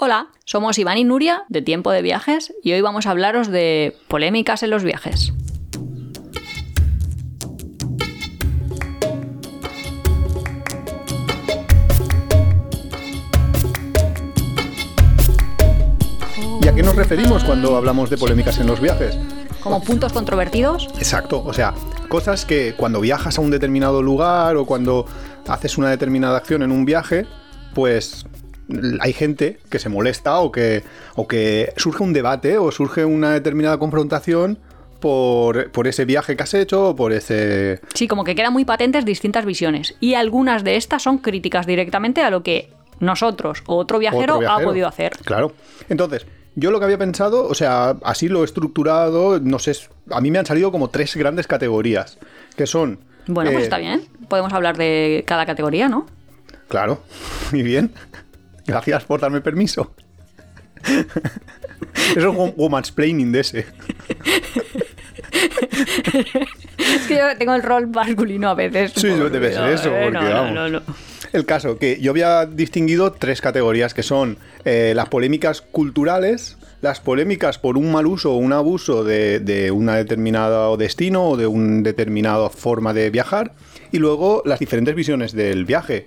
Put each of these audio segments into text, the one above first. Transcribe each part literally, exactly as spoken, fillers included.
Hola, somos Iván y Nuria de Tiempo de Viajes y hoy vamos a hablaros de polémicas en los viajes. ¿Y a qué nos referimos cuando hablamos de polémicas en los viajes? ¿Como puntos controvertidos? Exacto, o sea, cosas que cuando viajas a un determinado lugar o cuando haces una determinada acción en un viaje, pues hay gente que se molesta o que, o que surge un debate o surge una determinada confrontación por, por ese viaje que has hecho o por ese... Sí, como que quedan muy patentes distintas visiones y algunas de estas son críticas directamente a lo que nosotros o otro viajero, otro viajero ha podido hacer. Claro, entonces... Yo lo que había pensado, o sea, así lo he estructurado, no sé, a mí me han salido como tres grandes categorías, que son... Bueno, pues eh, está bien, podemos hablar de cada categoría, ¿no? Claro, muy bien, gracias por darme permiso. Eso es womansplaining de ese. Es que yo tengo el rol masculino a veces. Sí, no debe ser eso, porque no, no, vamos. no, no. El caso, que yo había distinguido tres categorías que son eh, las polémicas culturales, las polémicas por un mal uso o un abuso de, de un determinado destino o de una determinada forma de viajar, y luego las diferentes visiones del viaje.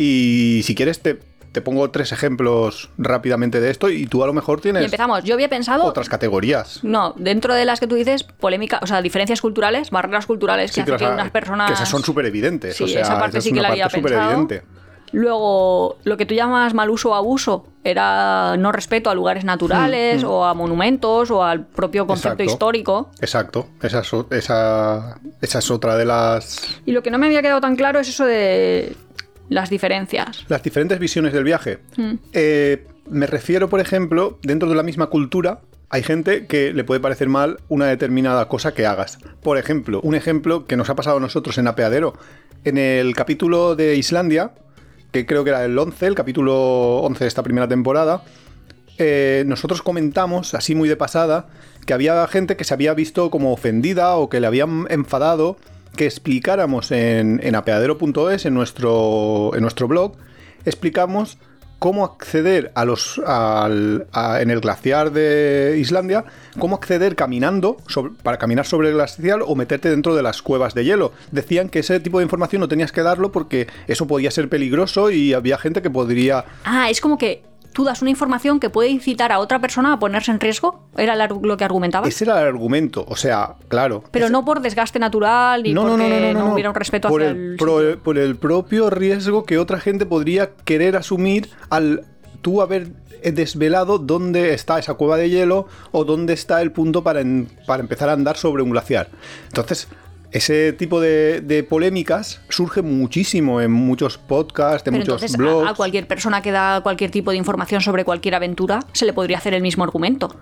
Y si quieres te, te pongo tres ejemplos rápidamente de esto y tú a lo mejor tienes... Y empezamos, yo había pensado... otras categorías. No, dentro de las que tú dices, polémica, o sea, diferencias culturales, barreras culturales que Sí, hacen que o sea, unas personas... que esas son súper evidentes. Sí, o sea, esa parte esa sí es que una la había parte pensado. superevidente. Luego, lo que tú llamas mal uso o abuso era no respeto a lugares naturales mm, mm. o a monumentos o al propio concepto Exacto. histórico. Exacto, esa es, o- esa, esa es otra de las... Y lo que no me había quedado tan claro es eso de las diferencias. Las diferentes visiones del viaje. Mm. Eh, me refiero, por ejemplo, dentro de la misma cultura, hay gente que le puede parecer mal una determinada cosa que hagas. Por ejemplo, un ejemplo que nos ha pasado a nosotros en Apeadero. En el capítulo de Islandia, que creo que era el once, el capítulo once de esta primera temporada, eh, nosotros comentamos, así muy de pasada, que había gente que se había visto como ofendida o que le habían enfadado que explicáramos en, en apeadero punto es, en nuestro, en nuestro blog, explicamos cómo acceder a los al, a, en el glaciar de Islandia, cómo acceder caminando sobre, para caminar sobre el glaciar o meterte dentro de las cuevas de hielo. Decían que ese tipo de información no tenías que darlo porque eso podía ser peligroso y había gente que podría... Ah, es como que tú das una información que puede incitar a otra persona a ponerse en riesgo. ¿Era la- lo que argumentabas? Ese era el argumento, o sea, claro. Pero ese- no por desgaste natural ni No, no, porque no, no, no, no. hubiera un respeto por hacia el, el... pro- por el propio riesgo que otra gente podría querer asumir al tú haber desvelado dónde está esa cueva de hielo o dónde está el punto para, en- para empezar a andar sobre un glaciar. Entonces, ese tipo de, de polémicas surge muchísimo en muchos podcasts, en Pero muchos entonces blogs. a, a cualquier persona que da cualquier tipo de información sobre cualquier aventura se le podría hacer el mismo argumento.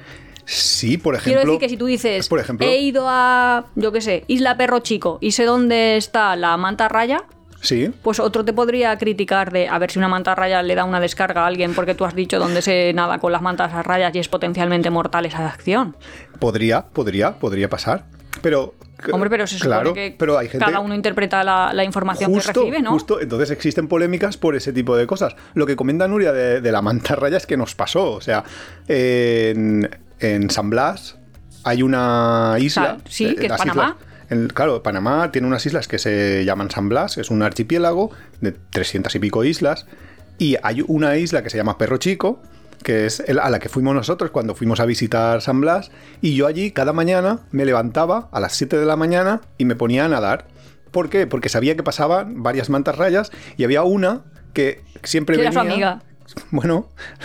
Sí, por ejemplo. Quiero decir que si tú dices, por ejemplo, he ido a, yo qué sé, Isla Perro Chico y sé dónde está la manta raya, sí. pues otro te podría criticar de a ver si una manta raya le da una descarga a alguien porque tú has dicho dónde se nada con las mantas a rayas y es potencialmente mortal esa acción. Podría, podría, podría pasar. Pero. Hombre, pero se supone claro, que pero hay gente, cada uno interpreta la, la información justo, que recibe, ¿no? Justo, entonces existen polémicas por ese tipo de cosas. Lo que comenta Nuria de, de la manta raya es que nos pasó. O sea, en, en San Blas hay una isla. Sa- sí, que es las Panamá. islas- en- claro, Panamá tiene unas islas que se llaman San Blas, es un archipiélago de trescientas y pico islas. Y hay una isla que se llama Perro Chico, que es el- a la que fuimos nosotros cuando fuimos a visitar San Blas, y yo allí cada mañana me levantaba a las siete de la mañana y me ponía a nadar. ¿Por qué? Porque sabía que pasaban varias mantas rayas y había una que siempre Que venía... era su amiga. Bueno,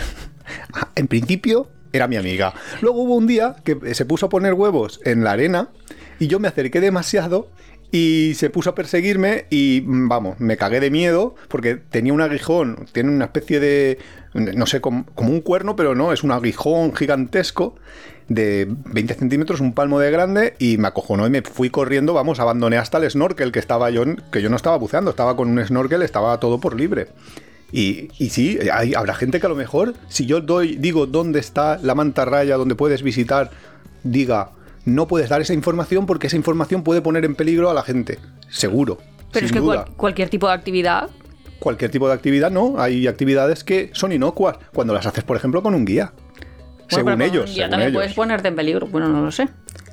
en principio era mi amiga. Luego hubo un día que se puso a poner huevos en la arena y yo me acerqué demasiado y se puso a perseguirme y, vamos, me cagué de miedo porque tenía un aguijón, tiene una especie de, no sé, como, como un cuerno, pero no, es un aguijón gigantesco de veinte centímetros, un palmo de grande, y me acojonó y me fui corriendo, vamos, abandoné hasta el snorkel que estaba yo, que yo no estaba buceando, estaba con un snorkel, estaba todo por libre. Y, y sí, hay, habrá gente que a lo mejor, si yo doy, digo dónde está la manta raya, donde puedes visitar, diga, no puedes dar esa información porque esa información puede poner en peligro a la gente. Seguro. Pero sin es que duda. cual- cualquier tipo de actividad cualquier tipo de actividad no. Hay actividades que son inocuas cuando las haces, por ejemplo, con un guía. Bueno, según pero ellos. Ya según también ellos. puedes ponerte en peligro. Bueno, no lo sé.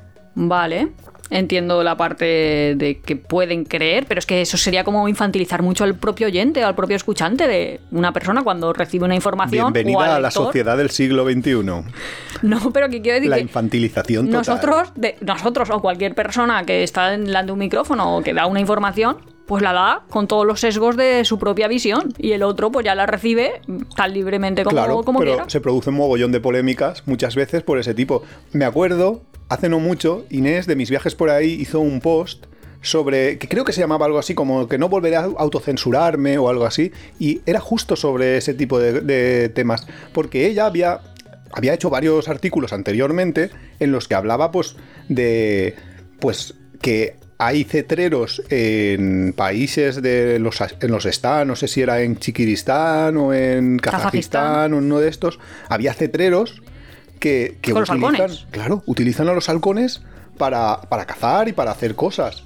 Vale. Entiendo la parte de que pueden creer, pero es que eso sería como infantilizar mucho al propio oyente, al propio escuchante de una persona cuando recibe una información. Bienvenida o al a la lector. sociedad del siglo veintiuno. No, pero que quiero decir La que infantilización total. nosotros, de, nosotros o cualquier persona que está delante de un micrófono o que da una información, pues la da con todos los sesgos de su propia visión y el otro pues ya la recibe tan libremente como, Claro, como pero quiera. se produce un mogollón de polémicas muchas veces por ese tipo. Me acuerdo, hace no mucho, Inés de Mis Viajes por Ahí hizo un post sobre, que creo que se llamaba algo así como que no volveré a autocensurarme o algo así, y era justo sobre ese tipo de, de temas, porque ella había, había hecho varios artículos anteriormente en los que hablaba pues de pues que hay cetreros en países de los, en los Stan, no sé si era en Chiquiristán o en Kazajistán, Kazajistán. o en uno de estos, había cetreros que, que Con los utilizan, halcones. claro, utilizan a los halcones para, para cazar y para hacer cosas.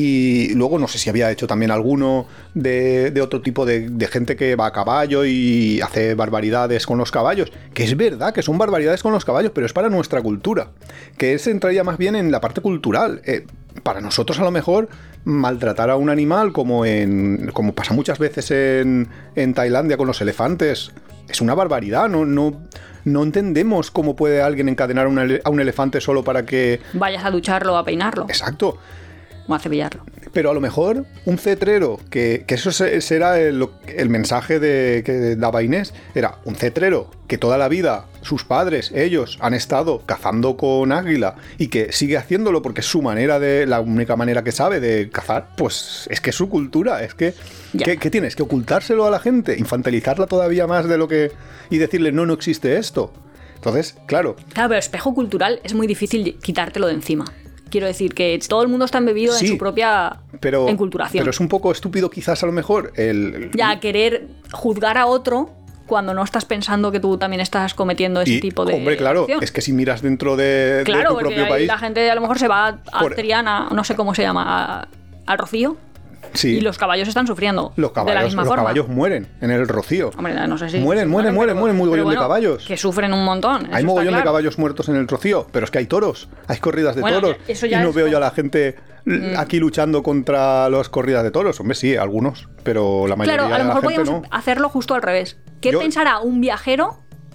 Y luego no sé si había hecho también alguno de, de otro tipo de, de gente que va a caballo y hace barbaridades con los caballos. Que es verdad que son barbaridades con los caballos, pero es para nuestra cultura. Que se entraría más bien en la parte cultural. Eh, para nosotros a lo mejor maltratar a un animal como, en, como pasa muchas veces en, en Tailandia con los elefantes es una barbaridad. No, no, no entendemos cómo puede alguien encadenar a un, ele- a un elefante solo para que... Vayas a ducharlo o a peinarlo Exacto. o a cepillarlo. Pero a lo mejor un cetrero, que, que eso se- será el, el mensaje de, que daba Inés, era un cetrero que toda la vida sus padres, ellos, han estado cazando con águila y que sigue haciéndolo porque es su manera de, la única manera que sabe de cazar, pues es que es su cultura, es que, Ya. ¿qué, qué tienes? ¿Que ocultárselo a la gente? ¿Infantilizarla todavía más de lo que... y decirle, no, no existe esto? Entonces, claro, Claro, pero espejo cultural es muy difícil quitártelo de encima. Quiero decir que todo el mundo está embebido Sí, en su propia pero, enculturación. pero es un poco estúpido quizás a lo mejor el... Ya querer juzgar a otro cuando no estás pensando que tú también estás cometiendo ese y, tipo de hombre, claro, acción. es que si miras dentro de, de Claro, tu porque propio ahí país... la gente a lo mejor se va a Por- Triana, no sé cómo se llama, a- al Rocío, Sí. y los caballos están sufriendo Los de la caballos, misma los forma. caballos mueren en el Rocío. Hombre, no sé si... Mueren, si mueren, mueren, pero- mueren, muy pero mogollón de bueno, caballos. Que sufren un montón. eso Hay está mogollón de claro. caballos muertos en el Rocío, pero es que hay toros, hay corridas de Bueno, toros. eso Y ya no es veo yo a como- la gente l- aquí luchando contra las corridas de toros. Hombre, sí, algunos, pero la mayoría Claro, a lo de la mejor gente podríamos no. hacerlo justo al revés. ¿Qué Yo- pensará un viajero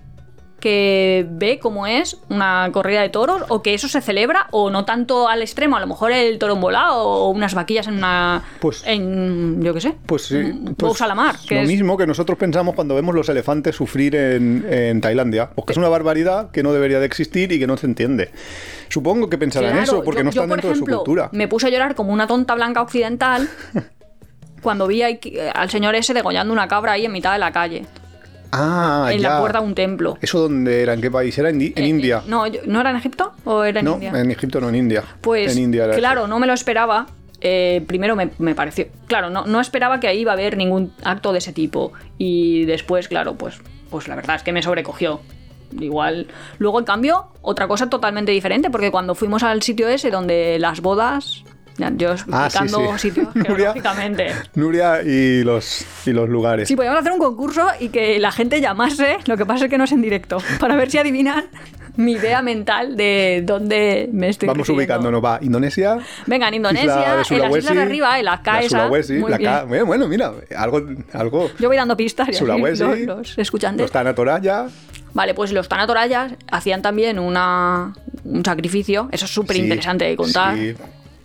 que ve cómo es una corrida de toros o que eso se celebra o no tanto al extremo, a lo mejor el toro embolado o unas vaquillas en una... Pues- en, yo qué sé, Pues sí, un pues Bous a la mar, que lo es- mismo que nosotros pensamos cuando vemos los elefantes sufrir en, en Tailandia, porque es una barbaridad que no debería de existir y que no se entiende. Supongo que pensarán Claro, eso, porque yo- no yo, están por dentro ejemplo, de su cultura. me puse a llorar como una tonta blanca occidental cuando vi ahí que- al señor ese degollando una cabra ahí en mitad de la calle, Ah, en ya. la puerta de un templo. ¿Eso dónde era? ¿En qué país? ¿Era en, en Eh, India? eh, No, yo- ¿no era en Egipto o era en no, India? en Egipto no, en India. Pues en India era eso. claro, no me lo esperaba. Eh, primero me, me pareció... Claro, no, no esperaba que ahí iba a haber ningún acto de ese tipo. Y después, claro, pues, pues la verdad es que me sobrecogió. Igual. Luego, en cambio, otra cosa totalmente diferente, porque cuando fuimos al sitio ese donde las bodas... ya, yo Ah, sí, explicando sí. sitios Nuria- geográficamente. Nuria y los, y los lugares. Sí, podríamos hacer un concurso y que la gente llamase, lo que pasa es que no es en directo, para ver si adivinan mi idea mental de dónde me estoy Vamos refiriendo. ubicándonos, va. Indonesia. Venga, en Indonesia, isla de en las Sulawesi, islas de arriba, en la la K esa. Sulawesi, Muy la bien. K- bueno, bueno, mira, algo, algo. Yo voy dando pistas y así Sulawesi, los, los escuchantes. Los Tanatoraya. Vale, pues los tanatorayas hacían también una, un sacrificio. Eso es súper interesante de contar. Sí.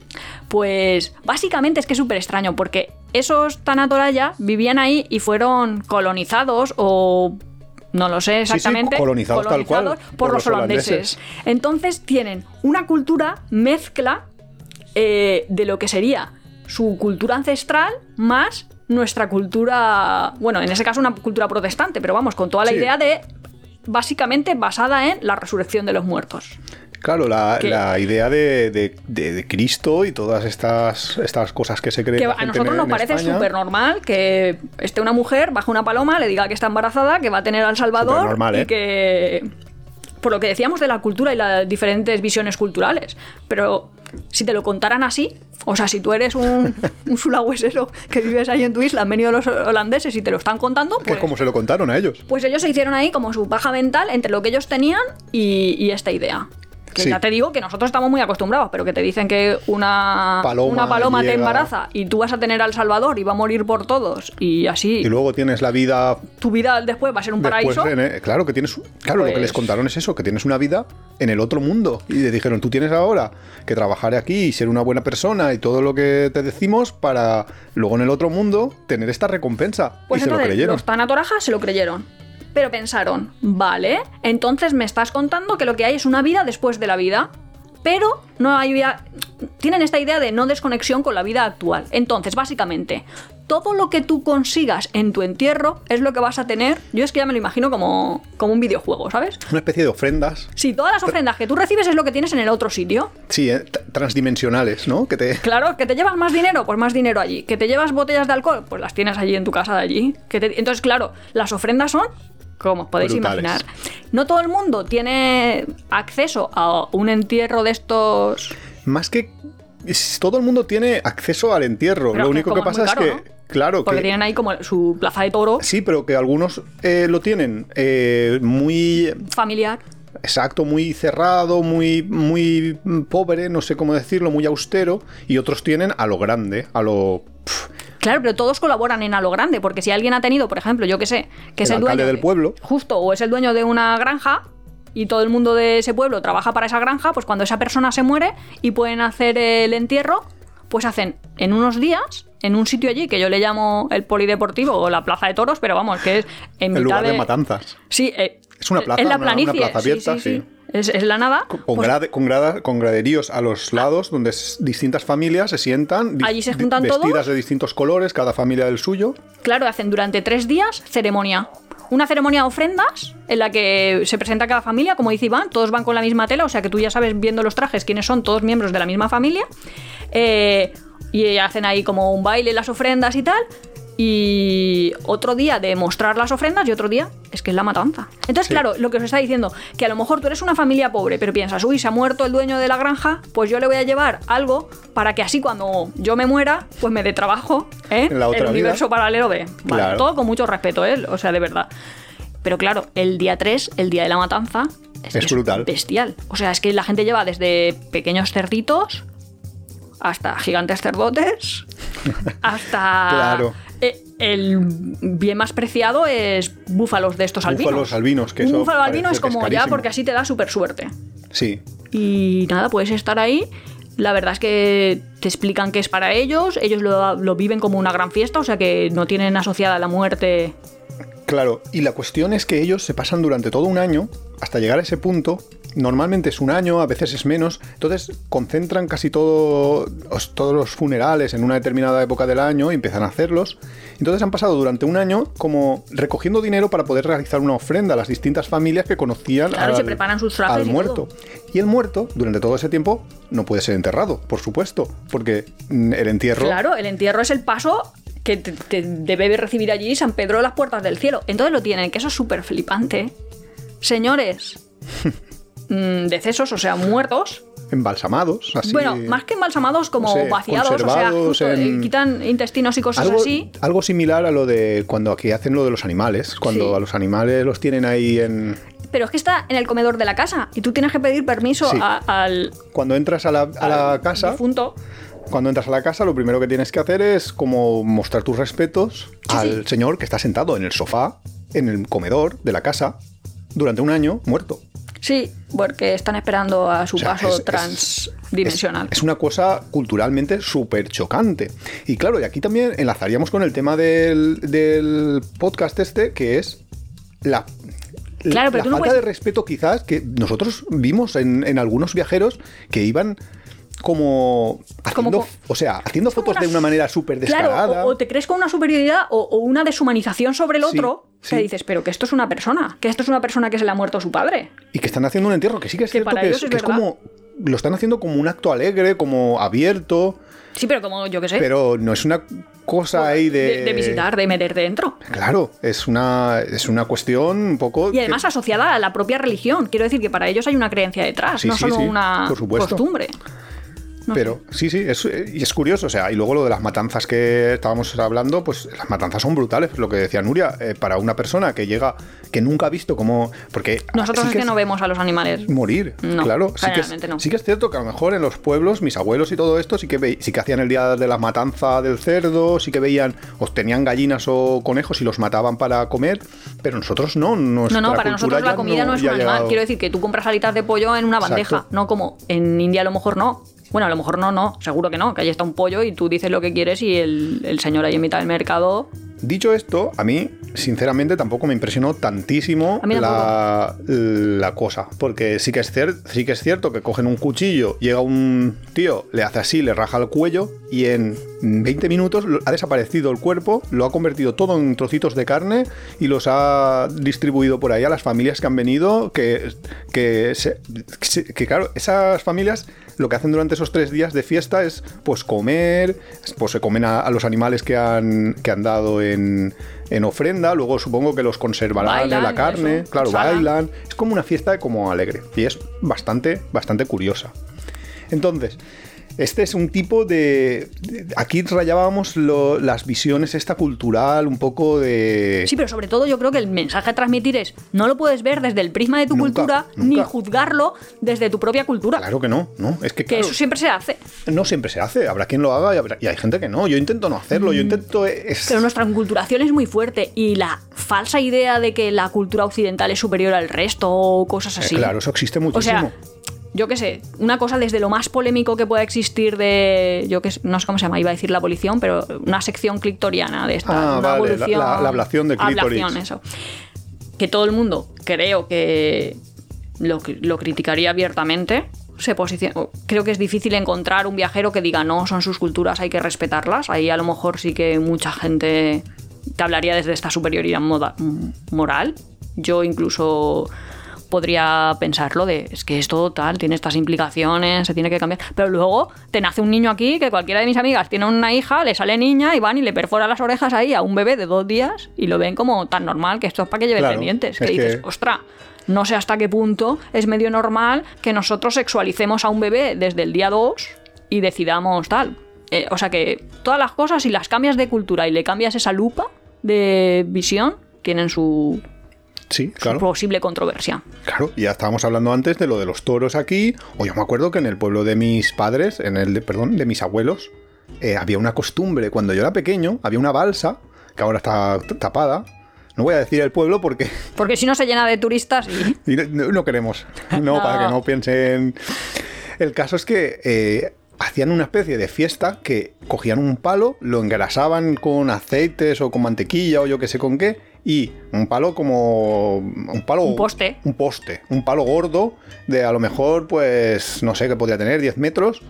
Pues básicamente es que es súper extraño porque esos tanatoraya vivían ahí y fueron colonizados o... No lo sé sí, exactamente. colonizados tal cual, por, por los los holandeses. holandeses. Entonces tienen una cultura mezcla eh, de lo que sería su cultura ancestral más nuestra cultura, bueno, en ese caso una cultura protestante, pero vamos, con toda la Sí. idea de, básicamente basada en la resurrección de los muertos. Claro, la, Que- la idea de, de- de- de Cristo y todas estas, estas cosas que se creen Que la a gente nosotros en- nos en parece España. súper normal que esté una mujer bajo una paloma, le diga que está embarazada, que va a tener al Salvador Supernormal, y ¿eh? que... por lo que decíamos de la cultura y las diferentes visiones culturales. Pero si te lo contaran así, o sea, si tú eres un, un sulawesero que vives ahí en tu isla, han venido los holandeses y te lo están contando, pues... Que es como se lo contaron a ellos. Pues ellos se hicieron ahí como su paja mental entre lo que ellos tenían y, y esta idea. Que sí. Ya te digo que nosotros estamos muy acostumbrados, pero que te dicen que una paloma, una paloma te embaraza y tú vas a tener al Salvador y va a morir por todos y así. Y luego tienes la vida... Tu vida después va a ser un después, paraíso. En, claro, que tienes... Claro, pues... lo que les contaron es eso, que tienes una vida en el otro mundo. Y le dijeron, tú tienes ahora que trabajar aquí y ser una buena persona y todo lo que te decimos para luego en el otro mundo tener esta recompensa. Pues y entonces, se lo creyeron. Los Tanatorajas se lo creyeron. Pero pensaron, vale, entonces me estás contando que lo que hay es una vida después de la vida. Pero no hay vida... Tienen esta idea de no desconexión con la vida actual. Entonces, básicamente, todo lo que tú consigas en tu entierro es lo que vas a tener. Yo es que ya me lo imagino como, como un videojuego, ¿sabes? Una especie de ofrendas. Sí, todas las ofrendas que tú recibes es lo que tienes en el otro sitio. Sí, ¿eh? Transdimensionales, ¿no? Que te... Claro, que te llevas más dinero, pues más dinero allí. Que te llevas botellas de alcohol, pues las tienes allí en tu casa de allí. Que te... Entonces, claro, las ofrendas son... como os podéis brutales. Imaginar. No todo el mundo tiene acceso a un entierro de estos... Más que... Todo el mundo tiene acceso al entierro. Pero lo único que pasa es, caro, es que... ¿no? Claro, porque que... tienen ahí como su plaza de toro. Sí, pero que algunos eh, lo tienen eh, muy... familiar. Exacto, muy cerrado, muy, muy pobre, no sé cómo decirlo, muy austero. Y otros tienen a lo grande, a lo... Pff, claro, pero todos colaboran en a lo grande, porque si alguien ha tenido, por ejemplo, yo que sé, que el es el alcalde dueño del de, pueblo, justo, o es el dueño de una granja y todo el mundo de ese pueblo trabaja para esa granja, pues cuando esa persona se muere y pueden hacer el entierro, pues hacen en unos días, en un sitio allí que yo le llamo el polideportivo o la plaza de toros, pero vamos, que es en el mitad lugar de, de matanzas. Sí, eh, es una plaza, es la una, planicie, una plaza abierta, sí, sí, sí. sí. Es, es la nada. Con, pues, grade, con, grada, con graderíos a los lados, donde s- distintas familias se sientan, di- allí se juntan vestidas todos, de distintos colores, cada familia del suyo. Claro, hacen durante tres días ceremonia. Una ceremonia de ofrendas en la que se presenta cada familia, como dice Iván, todos van con la misma tela, o sea que tú ya sabes viendo los trajes quiénes son, todos miembros de la misma familia. Eh, y hacen ahí como un baile, las ofrendas y tal. Y otro día de mostrar las ofrendas y otro día es que es la matanza. Entonces, sí. Claro, lo que os está diciendo, que a lo mejor tú eres una familia pobre, pero piensas, uy, se ha muerto el dueño de la granja, pues yo le voy a llevar algo para que así cuando yo me muera, pues me dé trabajo, ¿eh? En la otra el universo vida. Paralelo de... Vale, Claro. todo con mucho respeto, ¿eh? O sea, de verdad. Pero claro, el día tres, el día de la matanza, es, Es brutal. Bestial. O sea, es que la gente lleva desde pequeños cerditos hasta gigantes cerdotes, hasta... Claro. Eh, el bien más preciado es búfalos de estos albinos. Búfalos albinos, que Un eso búfalo albino parece es que es como ya carísimo. porque así te da súper suerte. Sí. Y nada, puedes estar ahí. La verdad es que te explican que es para ellos. Ellos lo, lo viven como una gran fiesta, o sea que no tienen asociada la muerte. Claro, y la cuestión es que ellos se pasan durante todo un año hasta llegar a ese punto. Normalmente es un año, a veces es menos. Entonces concentran casi todo, os- todos los funerales en una determinada época del año y empiezan a hacerlos. Entonces han pasado durante un año como recogiendo dinero para poder realizar una ofrenda a las distintas familias que conocían Claro, al, se preparan sus trajes al y muerto. todo. Y el muerto, durante todo ese tiempo, no puede ser enterrado, por supuesto, porque mm, el entierro... Claro, el entierro es el paso que te, te debe recibir allí San Pedro de las puertas del cielo. Entonces lo tienen, que eso es súper flipante. Señores, mm, decesos, o sea, muertos. Embalsamados, así... Bueno, más que embalsamados, como no sé, vaciados, o sea, conservados justo, en- eh, quitan intestinos y cosas Algo, así. algo similar a lo de cuando aquí hacen lo de los animales, cuando Sí. a los animales los tienen ahí en... Pero es que está en el comedor de la casa y tú tienes que pedir permiso Sí. a- al, Cuando entras a la, a la al casa, difunto. cuando entras a la casa, lo primero que tienes que hacer es como mostrar tus respetos Sí, al sí. señor que está sentado en el sofá, en el comedor de la casa, durante un año, muerto. Sí, porque están esperando a su O sea, paso es- es- transdimensional. Es, es una cosa culturalmente súper chocante. Y claro, y aquí también enlazaríamos con el tema del, del podcast este, que es la, Claro, pero la tú no falta puedes- de respeto quizás que nosotros vimos en, en algunos viajeros que iban como haciendo, Como co- o sea, haciendo como fotos una- de una manera súper descarada. Claro, o, o te crees con una superioridad o, o una deshumanización sobre el Sí, otro. sí. Que dices, pero que esto es una persona, que esto es una persona que se le ha muerto su padre. Y que están haciendo un entierro, que sí que es Que cierto para que, ellos es, es que es verdad. como lo están haciendo como un acto alegre, como abierto. Sí, pero como yo qué sé. Pero no es una cosa ahí de... de... De visitar, de meterte dentro. Claro, es una, es una cuestión un poco... Y además que... asociada a la propia religión. Quiero decir que para ellos hay una creencia detrás, sí, no sí, solo sí, una costumbre. No Pero sé. sí, sí, es, y es curioso, o sea, y luego lo de las matanzas que estábamos hablando, pues las matanzas son brutales, lo que decía Nuria, eh, para una persona que llega, que nunca ha visto cómo... Porque nosotros sí es que, que no vemos a los animales morir, no, claro. Sí que, es, no. sí que es cierto que a lo mejor en los pueblos, mis abuelos y todo esto, sí que, ve, sí que hacían el día de la matanza del cerdo, sí que veían, o tenían gallinas o conejos y los mataban para comer, pero nosotros no. No, no, para nosotros la comida no, no es un animal. Llegado... Quiero decir que tú compras alitas de pollo en una bandeja, exacto. No como en India a lo mejor no. Bueno, a lo mejor no, no, seguro que no, que ahí está un pollo y tú dices lo que quieres y el, el señor ahí en mitad del mercado... Dicho esto, a mí, sinceramente, tampoco me impresionó tantísimo la, la cosa. Porque sí que, es cier- sí que es cierto que cogen un cuchillo, llega un tío, le hace así, le raja el cuello y en veinte minutos ha desaparecido el cuerpo, lo ha convertido todo en trocitos de carne y los ha distribuido por ahí a las familias que han venido. Que, que, se, que, que claro, esas familias lo que hacen durante esos tres días de fiesta es pues comer, pues se comen a, a los animales que han, que han dado en, en ofrenda, luego supongo que los conservarán bailan, en la carne, eso, claro, sala. Bailan, es como una fiesta como alegre y es bastante, bastante curiosa. Entonces, este es un tipo de... Aquí rayábamos lo, las visiones esta cultural, un poco de... Sí, pero sobre todo yo creo que el mensaje a transmitir es no lo puedes ver desde el prisma de tu nunca, cultura, nunca. Ni juzgarlo desde tu propia cultura. Claro que no, no. Es que, que claro, eso siempre se hace. No siempre se hace, habrá quien lo haga y, habrá, y hay gente que no. Yo intento no hacerlo, mm. yo intento... Es... Pero nuestra enculturación es muy fuerte y la falsa idea de que la cultura occidental es superior al resto o cosas así. Eh, claro, eso existe muchísimo. O sea, yo qué sé, una cosa desde lo más polémico que pueda existir de, yo qué sé, no sé cómo se llama, iba a decir la abolición, pero una sección clitoriana de esta, ah, una vale, abolición, la, la, la ablación de clítoris. Ablación, eso. Que todo el mundo, creo que lo, lo criticaría abiertamente. Se posiciona, creo que es difícil encontrar un viajero que diga no, son sus culturas, hay que respetarlas. Ahí a lo mejor sí que mucha gente te hablaría desde esta superioridad moda, moral. Yo incluso... podría pensarlo de, es que esto tal, tiene estas implicaciones, se tiene que cambiar, pero luego te nace un niño aquí que cualquiera de mis amigas tiene una hija, le sale niña y van y le perforan las orejas ahí a un bebé de dos días y lo ven como tan normal que esto es para que lleve claro, pendientes, que dices, que... ostra, no sé hasta qué punto es medio normal que nosotros sexualicemos a un bebé desde el día dos y decidamos tal. Eh, o sea que todas las cosas, si las cambias de cultura y le cambias esa lupa de visión, tienen su... Sí, claro. Posible controversia. Claro, ya estábamos hablando antes de lo de los toros aquí, o yo me acuerdo que en el pueblo de mis padres, en el de, perdón, de mis abuelos, eh, había una costumbre, cuando yo era pequeño, había una balsa, que ahora está tapada, no voy a decir el pueblo porque... Porque si no se llena de turistas y... y no, no queremos, no, no, para que no piensen... El caso es que... Eh, hacían una especie de fiesta que cogían un palo, lo engrasaban con aceites o con mantequilla o yo que sé con qué, y un palo como... Un palo... Un poste. Un poste. Un palo gordo de a lo mejor, pues, no sé qué podría tener, diez metros.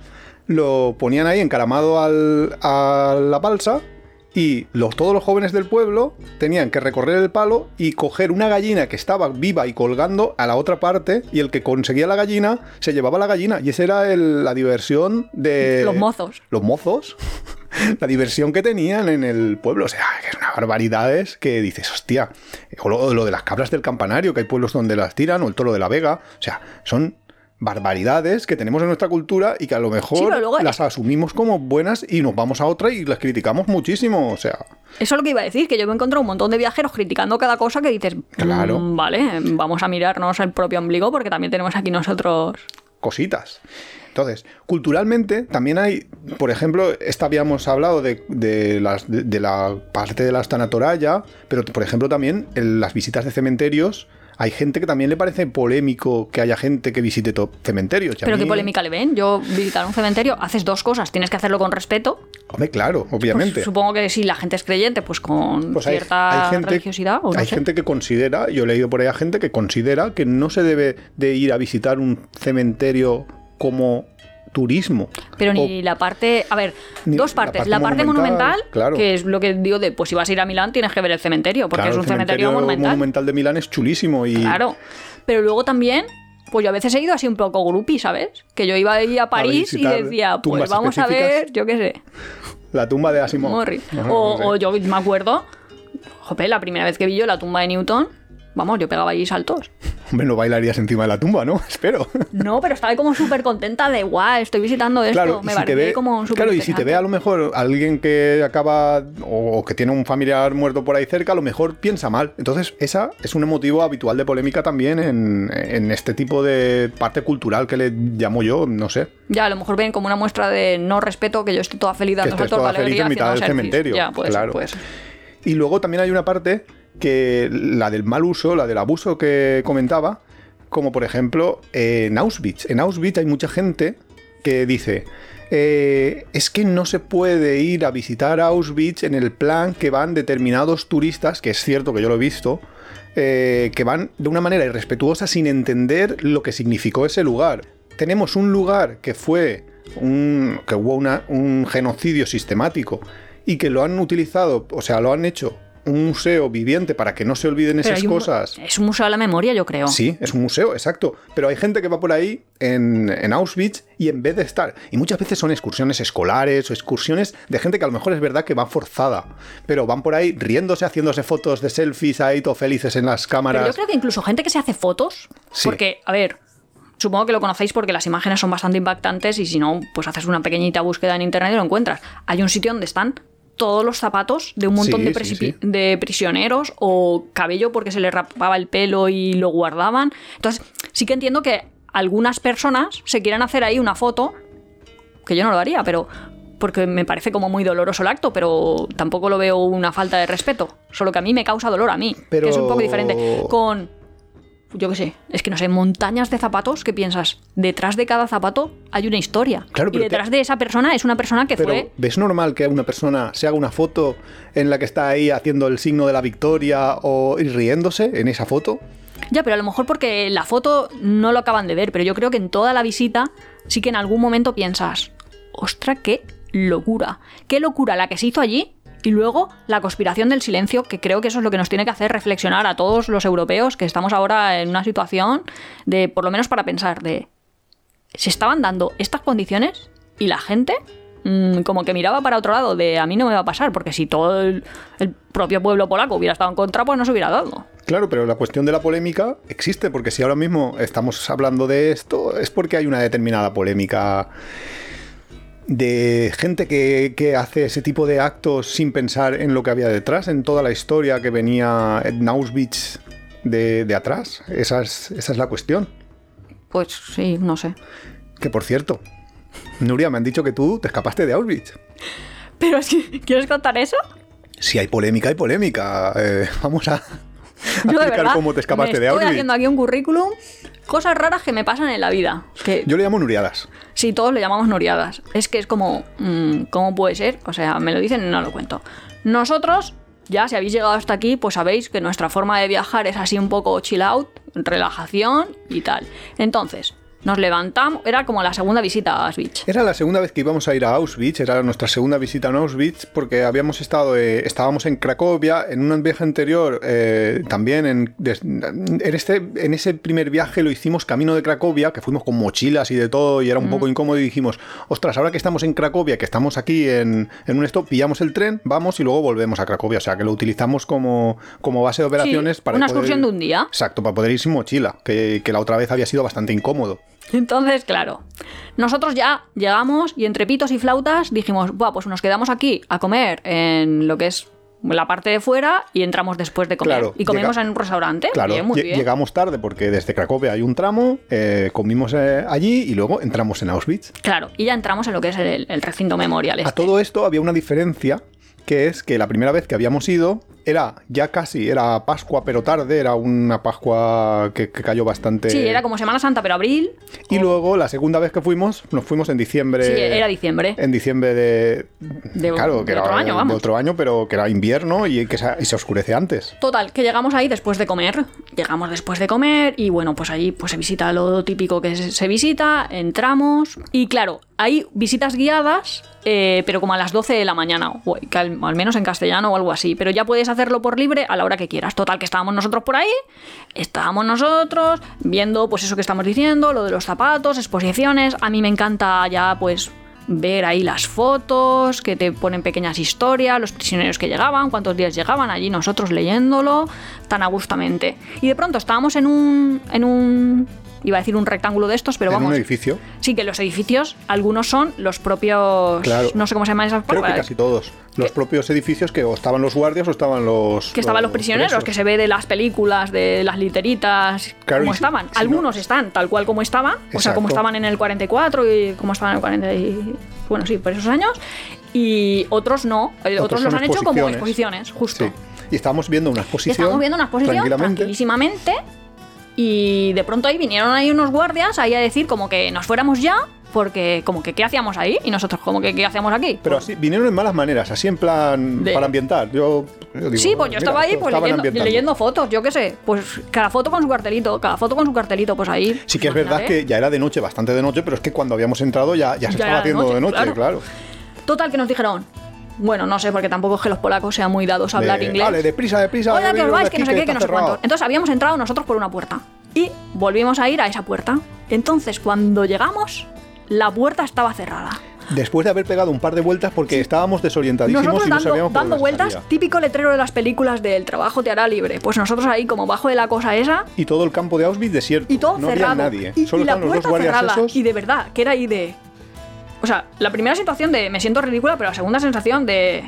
Lo ponían ahí encaramado al, a la balsa y los, todos los jóvenes del pueblo tenían que recorrer el palo y coger una gallina que estaba viva y colgando a la otra parte y el que conseguía la gallina se llevaba la gallina y esa era el, la diversión de... Los mozos. Los mozos. La diversión que tenían en el pueblo. O sea, que es una barbaridades que dices, hostia. O lo, lo de las cabras del campanario, que hay pueblos donde las tiran, o el toro de la Vega. O sea, son... barbaridades que tenemos en nuestra cultura y que a lo mejor sí, luego... las asumimos como buenas y nos vamos a otra y las criticamos muchísimo, o sea... Eso es lo que iba a decir, que yo me he encontrado un montón de viajeros criticando cada cosa que dices, claro, mmm, vale, vamos a mirarnos el propio ombligo porque también tenemos aquí nosotros... cositas. Entonces, culturalmente también hay, por ejemplo, esta habíamos hablado de, de, las, de, de la parte de la Stanatoraya, pero por ejemplo también en las visitas de cementerios... Hay gente que también le parece polémico que haya gente que visite cementerios. ¿Pero mí... qué polémica le ven? Yo visitar un cementerio, haces dos cosas. Tienes que hacerlo con respeto. Hombre, claro, obviamente. Pues supongo que si la gente es creyente, pues con pues cierta hay, hay gente, religiosidad. ¿O no hay sé? gente que considera, yo he leído por ahí a gente que considera que no se debe de ir a visitar un cementerio como... turismo. Pero ni o, la parte... A ver, dos partes. La parte, la parte monumental, monumental claro. Que es lo que digo de, pues si vas a ir a Milán tienes que ver el cementerio, porque claro, es un cementerio, cementerio monumental. monumental de Milán es chulísimo y... Claro. Pero luego también Pues yo a veces he ido así un poco groupie, ¿sabes? Que yo iba ahí a París y decía, pues vamos a ver, yo qué sé. La tumba de Asimov. Morri. Ajá, o, no sé. o yo me acuerdo, jope, la primera vez que vi yo la tumba de Newton, vamos, yo pegaba allí saltos. Hombre, no bailarías encima de la tumba, ¿no? Espero. No, pero estaba como súper contenta de, guau, estoy visitando esto. Claro, me si te ve, como súper Claro, y si te ve a lo mejor alguien que acaba o que tiene un familiar muerto por ahí cerca, a lo mejor piensa mal. Entonces, esa es un motivo habitual de polémica también en, en este tipo de parte cultural que le llamo yo, no sé. Ya, a lo mejor ven como una muestra de no respeto que yo estoy toda feliz dando saltos de alegría en mitad del cementerio. Ya, pues, claro. pues. Y luego también hay una parte que la del mal uso, la del abuso que comentaba, como por ejemplo eh, en Auschwitz. En Auschwitz hay mucha gente que dice, eh, es que no se puede ir a visitar Auschwitz en el plan que van determinados turistas, que es cierto que yo lo he visto, eh, que van de una manera irrespetuosa sin entender lo que significó ese lugar. Tenemos un lugar que fue un, que hubo una, un genocidio sistemático y que lo han utilizado, o sea, lo han hecho un museo viviente para que no se olviden Pero esas un, cosas. Es un museo de la memoria, yo creo. Sí, es un museo, exacto. Pero hay gente que va por ahí en, en Auschwitz y en vez de estar... Y muchas veces son excursiones escolares o excursiones de gente que a lo mejor es verdad que va forzada. Pero van por ahí riéndose, haciéndose fotos de selfies ahí, todo felices en las cámaras. Pero yo creo que incluso gente que se hace fotos... Sí. Porque, a ver... Supongo que lo conocéis porque las imágenes son bastante impactantes y si no, pues haces una pequeñita búsqueda en internet y lo encuentras. Hay un sitio donde están todos los zapatos de un montón sí, de, sí, sí. de prisioneros o cabello porque se les rapaba el pelo y lo guardaban. Entonces, sí que entiendo que algunas personas se quieran hacer ahí una foto, que yo no lo haría, pero porque me parece como muy doloroso el acto, pero tampoco lo veo una falta de respeto. Solo que a mí me causa dolor a mí, pero... que es un poco diferente. Con... Yo qué sé, es que no sé, montañas de zapatos que piensas, detrás de cada zapato hay una historia. Claro, y detrás te... de esa persona es una persona que pero fue... ¿ves normal que una persona se haga una foto en la que está ahí haciendo el signo de la victoria o y riéndose en esa foto? Ya, pero a lo mejor porque la foto no lo acaban de ver, pero yo creo que en toda la visita sí que en algún momento piensas, ostra, qué locura, qué locura la que se hizo allí. Y luego la conspiración del silencio, que creo que eso es lo que nos tiene que hacer reflexionar a todos los europeos, que estamos ahora en una situación de, por lo menos para pensar, de se estaban dando estas condiciones y la gente mmm, como que miraba para otro lado, de a mí no me va a pasar, porque si todo el, el propio pueblo polaco hubiera estado en contra, pues no se hubiera dado. Claro, pero la cuestión de la polémica existe, porque si ahora mismo estamos hablando de esto, es porque hay una determinada polémica de gente que, que hace ese tipo de actos sin pensar en lo que había detrás, en toda la historia que venía en Auschwitz de, de atrás. Esa es, esa es la cuestión. Pues sí, no sé. Que por cierto, Nuria, me han dicho que tú te escapaste de Auschwitz. Pero es que, ¿quieres contar eso? Si hay polémica, hay polémica. Eh, vamos a, a Yo explicar de verdad, cómo te escapaste me de Auschwitz. Estoy haciendo aquí un currículum, cosas raras que me pasan en la vida. Que... Yo le llamo nuriadas. Sí, todos le llamamos noriadas. Es que es como, mmm, ¿cómo puede ser? O sea, me lo dicen y no lo cuento. Nosotros, ya si habéis llegado hasta aquí, pues sabéis que nuestra forma de viajar es así un poco chill out, relajación y tal. Entonces, nos levantamos, era como la segunda visita a Auschwitz. Era la segunda vez que íbamos a ir a Auschwitz, era nuestra segunda visita a Auschwitz, porque habíamos estado, eh, estábamos en Cracovia, en un viaje anterior, eh, también en, des, en, este, en ese primer viaje lo hicimos camino de Cracovia, que fuimos con mochilas y de todo, y era un mm. poco incómodo, y dijimos, ostras, ahora que estamos en Cracovia, que estamos aquí en, en un stop, pillamos el tren, vamos y luego volvemos a Cracovia, o sea, que lo utilizamos como, como base de operaciones sí, para una poder, excursión de un día. Exacto, para poder ir sin mochila, que, que la otra vez había sido bastante incómodo. Entonces, claro, nosotros ya llegamos y entre pitos y flautas dijimos, buah, pues nos quedamos aquí a comer en lo que es la parte de fuera y entramos después de comer. Claro, y comimos llega, en un restaurante. Claro, bien, muy bien. Llegamos tarde porque desde Cracovia hay un tramo, eh, comimos eh, allí y luego entramos en Auschwitz. Claro, y ya entramos en lo que es el, el recinto memorial. Este. A todo esto había una diferencia, que es que la primera vez que habíamos ido era ya casi, era Pascua pero tarde, era una Pascua que, que cayó bastante... Sí, era como Semana Santa pero abril. Y o... luego la segunda vez que fuimos, nos fuimos en diciembre. Sí, era diciembre. En diciembre de... de claro, que de era otro año, vamos. De otro año, pero que era invierno y que se, y se oscurece antes. Total, que llegamos ahí después de comer. Llegamos después de comer y bueno, pues allí pues se visita lo típico que se, se visita, entramos y claro, hay visitas guiadas, eh, pero como a las doce de la mañana, o, que al, al menos en castellano o algo así, pero ya puedes hacerlo por libre a la hora que quieras. Total, que estábamos nosotros por ahí, estábamos nosotros viendo pues eso que estamos diciendo, lo de los zapatos, exposiciones. A mí me encanta ya pues ver ahí las fotos que te ponen pequeñas historias, los prisioneros que llegaban, cuántos días llegaban, allí nosotros leyéndolo tan a gustamente. Y de pronto estábamos en un... En un iba a decir un rectángulo de estos, pero ¿En vamos... un edificio? Sí, que los edificios, algunos son los propios... Claro. No sé cómo se llaman esas Creo cosas. que casi todos. Los ¿Qué? propios edificios que o estaban los guardias o estaban los... Que estaban los prisioneros, presos. que se ve de las películas, de las literitas, Claro, como y si- estaban. si Algunos no- están tal cual como estaban, o sea, Exacto. como estaban en el cuarenta y cuatro y como estaban en el cuarenta y... Bueno, sí, por esos años. Y otros no, eh, otros, Otros los son han hecho como exposiciones. exposiciones, justo. Sí. Y estábamos viendo una Y exposición. estábamos viendo una exposición tranquilamente. tranquilísimamente y de pronto ahí vinieron ahí unos guardias ahí a decir como que nos fuéramos ya porque como que qué hacíamos ahí y nosotros como que qué hacíamos aquí. Pero así, vinieron en malas maneras, así en plan De- para ambientar. Yo, yo digo, Sí, pues yo mira, estaba ahí esto pues estaban leyendo, ambientando. leyendo fotos, yo qué sé, pues cada foto con su cartelito, cada foto con su cartelito, pues ahí. Sí que es pues, verdad imagínate. que ya era de noche, bastante de noche, pero es que cuando habíamos entrado ya, ya se Ya estaba era de haciendo noche, de noche, claro. claro. Total, que nos dijeron, bueno, no sé, porque tampoco es que los polacos sean muy dados a hablar De, inglés. Vale, deprisa, deprisa. Oiga, que os veniros vais, de que no aquí, sé qué, que está no sé cerrado. cuánto. Entonces habíamos entrado nosotros por una puerta y volvimos a ir a esa puerta. Entonces, cuando llegamos, la puerta estaba cerrada. Después de haber pegado un par de vueltas porque estábamos desorientadísimos Nosotros y no dando, sabíamos por dando dónde vueltas, salía. típico letrero de las películas del trabajo te hará libre. Pues nosotros ahí como bajo de la cosa esa Y todo el campo de Auschwitz desierto. y todo no cerrado. había nadie. Y, Solo y la estaban los dos puerta guardias cerrada. esos. Y de verdad, que era ahí de... O sea, la primera situación de me siento ridícula, pero la segunda sensación de...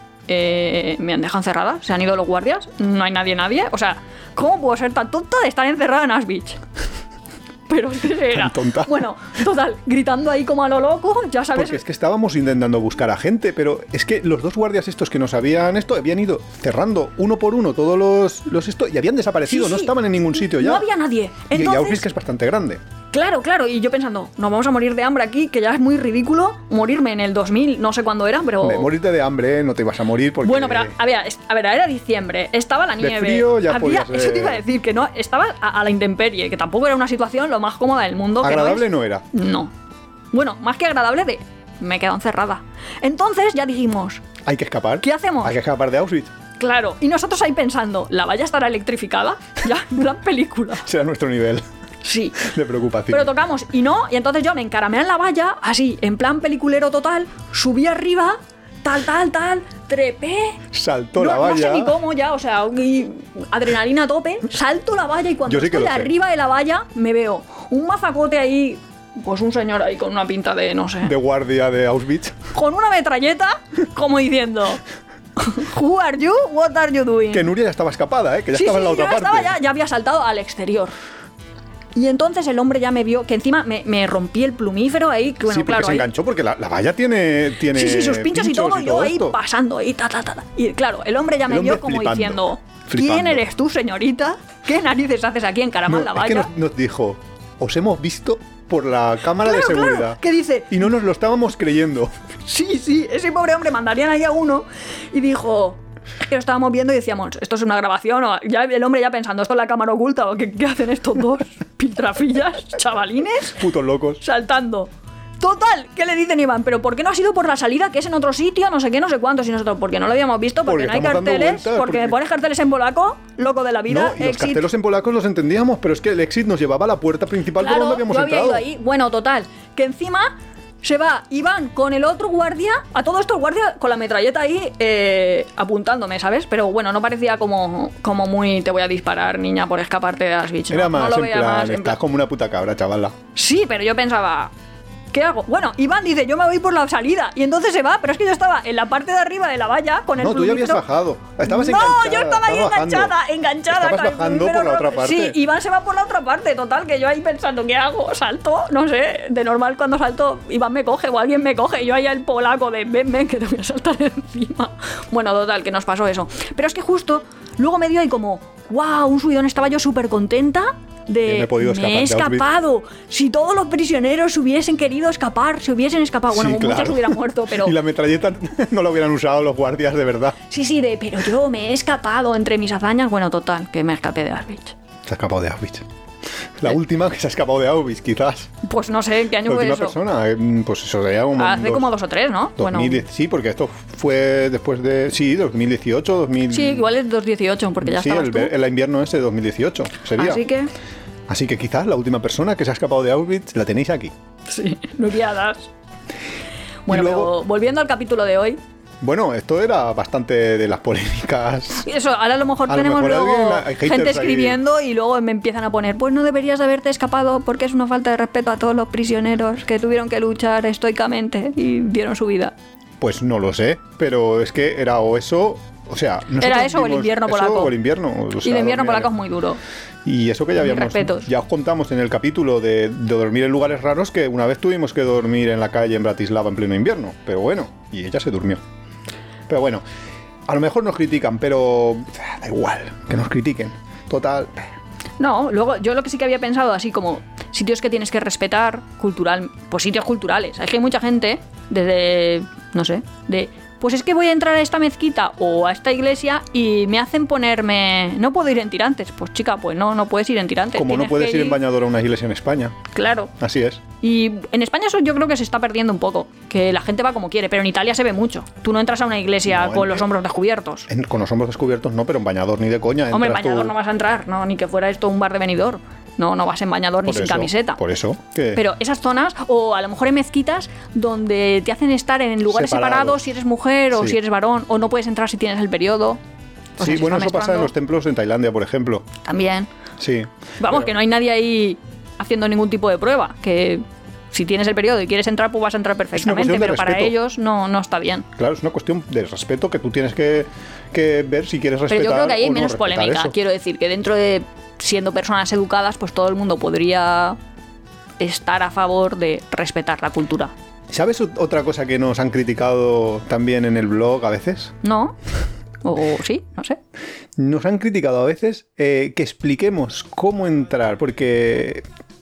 eh, me han dejado encerrada, se han ido los guardias, no hay nadie, nadie. O sea, ¿cómo puedo ser tan tonta de estar encerrada en Auschwitz? Pero es que era... Tan tonta. Bueno, total, gritando ahí como a lo loco, ya sabes... Porque es que estábamos intentando buscar a gente, pero es que los dos guardias estos que nos habían esto habían ido cerrando uno por uno todos los, los esto y habían desaparecido, Sí, no sí. estaban en ningún sitio ya. No había nadie. Y- y Entonces, Auschwitz que es bastante grande. claro, claro, y yo pensando, nos vamos a morir de hambre aquí, que ya es muy ridículo morirme en el dos mil, no sé cuándo era, pero... Hombre, morirte de hambre, no te ibas a morir porque... Bueno, pero a ver, es- a ver, era diciembre, estaba la De nieve. frío ya había, podía ser- Eso te iba a decir, que no, estaba a, a la intemperie, que tampoco era una situación lo más cómoda del mundo. que agradable no, no es- era. No. Bueno, más que agradable de... Me he quedado encerrada. Entonces ya dijimos, Hay que escapar. ¿qué hacemos? Hay que escapar de Auschwitz. Claro, y nosotros ahí pensando, ¿la valla estará electrificada? Ya, en plan película. Será nuestro nivel Sí. de preocupación. Pero tocamos y no, y entonces yo me encaramé en la valla, así, en plan peliculero total, subí arriba, tal, tal, tal, trepé. Saltó no, la valla. no sé ni cómo ya, o sea, y adrenalina a tope, salto la valla y cuando Yo sí que estoy lo sé. arriba de la valla me veo un mazacote ahí, pues un señor ahí con una pinta de, no sé, De guardia de Auschwitz. con una metralleta, como diciendo, Who are you? What are you doing? Que Nuria ya estaba escapada, ¿eh? Que ya Sí, estaba en la sí, otra yo parte. estaba ya, ya había saltado al exterior. Y entonces el hombre ya me vio, que encima me, me rompí el plumífero ahí, que bueno, sí, porque claro, se ahí- enganchó porque la, la valla tiene, tiene sí, sí, sus pinchos, y todo, yo ahí esto. pasando, ahí, ta, ta, ta, ta. Y claro, el hombre ya me El vio hombre como flipando, diciendo, flipando. ¿quién eres tú, señorita? ¿Qué narices haces aquí encaramada en la No, es que valla? nos, nos dijo, os hemos visto por la cámara Claro, de seguridad. claro, ¿qué dice? Y no nos lo estábamos creyendo. Sí, sí, ese pobre hombre mandarían ahí a uno y dijo... Es que lo estábamos viendo y decíamos, esto es una grabación, o ya el hombre ya pensando, esto es la cámara oculta, o qué, qué hacen estos dos piltrafillas, chavalines, Putos locos. saltando. Total, ¿qué le dicen Iván? ¿Pero por qué no has ido por la salida, que es en otro sitio, no sé qué, no sé cuántos? Y nosotros, porque no lo habíamos visto, porque, Porque no hay estamos dando carteles, vueltas, porque, me porque- pones carteles en polaco, loco de la vida, No, y los exit. cartelos en polacos los entendíamos, pero es que el exit nos llevaba a la puerta principal por Claro, donde habíamos yo había entrado. ido ahí. Bueno, total, que encima se va Iván con el otro guardia, a todo esto el guardia con la metralleta ahí eh, apuntándome, ¿sabes? Pero bueno, no parecía como, como muy te voy a disparar, niña, por escaparte de Auschwitz. Era no, más, no lo en veía plan, más. En estás plan- como una puta cabra, chavala. Sí, pero yo pensaba, ¿qué hago? Bueno, Iván dice, yo me voy por la salida. Y entonces se va, pero es que yo estaba en la parte de arriba de la valla con el No, tú ya habías plumífero. bajado. Estabas no, enganchada. yo estaba ahí estabas bajando. enganchada, enganchada. Estabas con el bajando plumífero por la otra rojo. parte. Sí, Iván se va por la otra parte. Total, que yo ahí pensando, ¿qué hago? ¿Salto? No sé, de normal cuando salto, Iván me coge o alguien me coge. Y yo ahí el polaco de ven, ven, que te voy a saltar encima. Bueno, total, que nos pasó eso. Pero es que justo, luego me dio ahí como, wow, un subidón, estaba yo súper contenta. De Bien, me he podido escapar me he de Auschwitz". escapado. Si todos los prisioneros hubiesen querido escapar, se hubiesen escapado. Bueno, Sí, muchos claro. hubieran muerto, pero. Y la metralleta no la hubieran usado los guardias de verdad. Sí, sí, de. Pero yo me he escapado entre mis hazañas. Bueno, total, que me escapé de Auschwitz. Se ha escapado de Auschwitz. La última que se ha escapado de Auschwitz, quizás. Pues no sé, ¿en qué año La fue última eso? persona, eh, pues eso sería como... Hace dos- como dos o tres, ¿no? dos mil diez, sí, porque esto fue después de... Sí, dos mil dieciocho, dos mil... Sí, igual es dos mil dieciocho, porque ya sí, estabas el, tú. el invierno ese de dos mil dieciocho sería. Así que, Así que quizás la última persona que se ha escapado de Auschwitz la tenéis aquí. sí, nubiadas. Bueno, luego- pero volviendo al capítulo de hoy. Bueno, esto era bastante de las polémicas. Y eso, ahora a lo mejor A lo tenemos mejor luego alguien- hay haters gente ahí. escribiendo y luego me empiezan a poner, pues no deberías de haberte escapado porque es una falta de respeto a todos los prisioneros que tuvieron que luchar estoicamente y dieron su vida. Pues no lo sé, pero es que era o eso... O sea, nosotros Era eso o el vimos invierno eso polaco. o el invierno. o Y sea, el invierno dormir- polaco es muy duro. Y eso que ya Mis habíamos, respetos. ya os contamos en el capítulo de, de dormir en lugares raros, que una vez tuvimos que dormir en la calle en Bratislava en pleno invierno. Pero bueno, y ella se durmió. Pero bueno, a lo mejor nos critican, pero da igual, que nos critiquen. Total. No, luego yo lo que sí que había pensado, así como sitios que tienes que respetar cultural, pues sitios culturales. Es que hay mucha gente, desde, no sé, de, pues es que voy a entrar a esta mezquita o a esta iglesia y me hacen ponerme, no puedo ir en tirantes. Pues chica, pues no, no puedes ir en tirantes. Como no tienes puedes que ir en bañador a una iglesia en España. Claro. Así es. Y en España eso yo creo que se está perdiendo un poco, que la gente va como quiere, pero en Italia se ve mucho. Tú no entras a una iglesia No, con en- los hombros descubiertos. En- con los hombros descubiertos no, pero en bañador ni de coña. Hombre, en entras tú- bañador no vas a entrar, no, ni que fuera esto un bar de venidor. No, no vas en bañador ni por sin eso, camiseta. Por eso. Que Pero esas zonas, o a lo mejor en mezquitas, donde te hacen estar en lugares Separados. separados, si eres mujer o Sí. si eres varón, o no puedes entrar si tienes el periodo. O sea, sí, se bueno, está eso pasa en mezclando los templos en Tailandia, por ejemplo. También. Sí. Vamos, Pero- que no hay nadie ahí haciendo ningún tipo de prueba. Que si tienes el periodo y quieres entrar, pues vas a entrar perfectamente. cuestión de Pero para respeto. ellos no, no está bien. Claro, es una cuestión de respeto que tú tienes que, que ver si quieres Pero respetar. yo creo que ahí hay o no menos respetar polémica. eso. Quiero decir que dentro de siendo personas educadas, pues todo el mundo podría estar a favor de respetar la cultura. ¿Sabes ot- otra cosa que nos han criticado también en el blog a veces? ¿No? O sí, no sé. Nos han criticado a veces eh, que expliquemos cómo entrar, porque,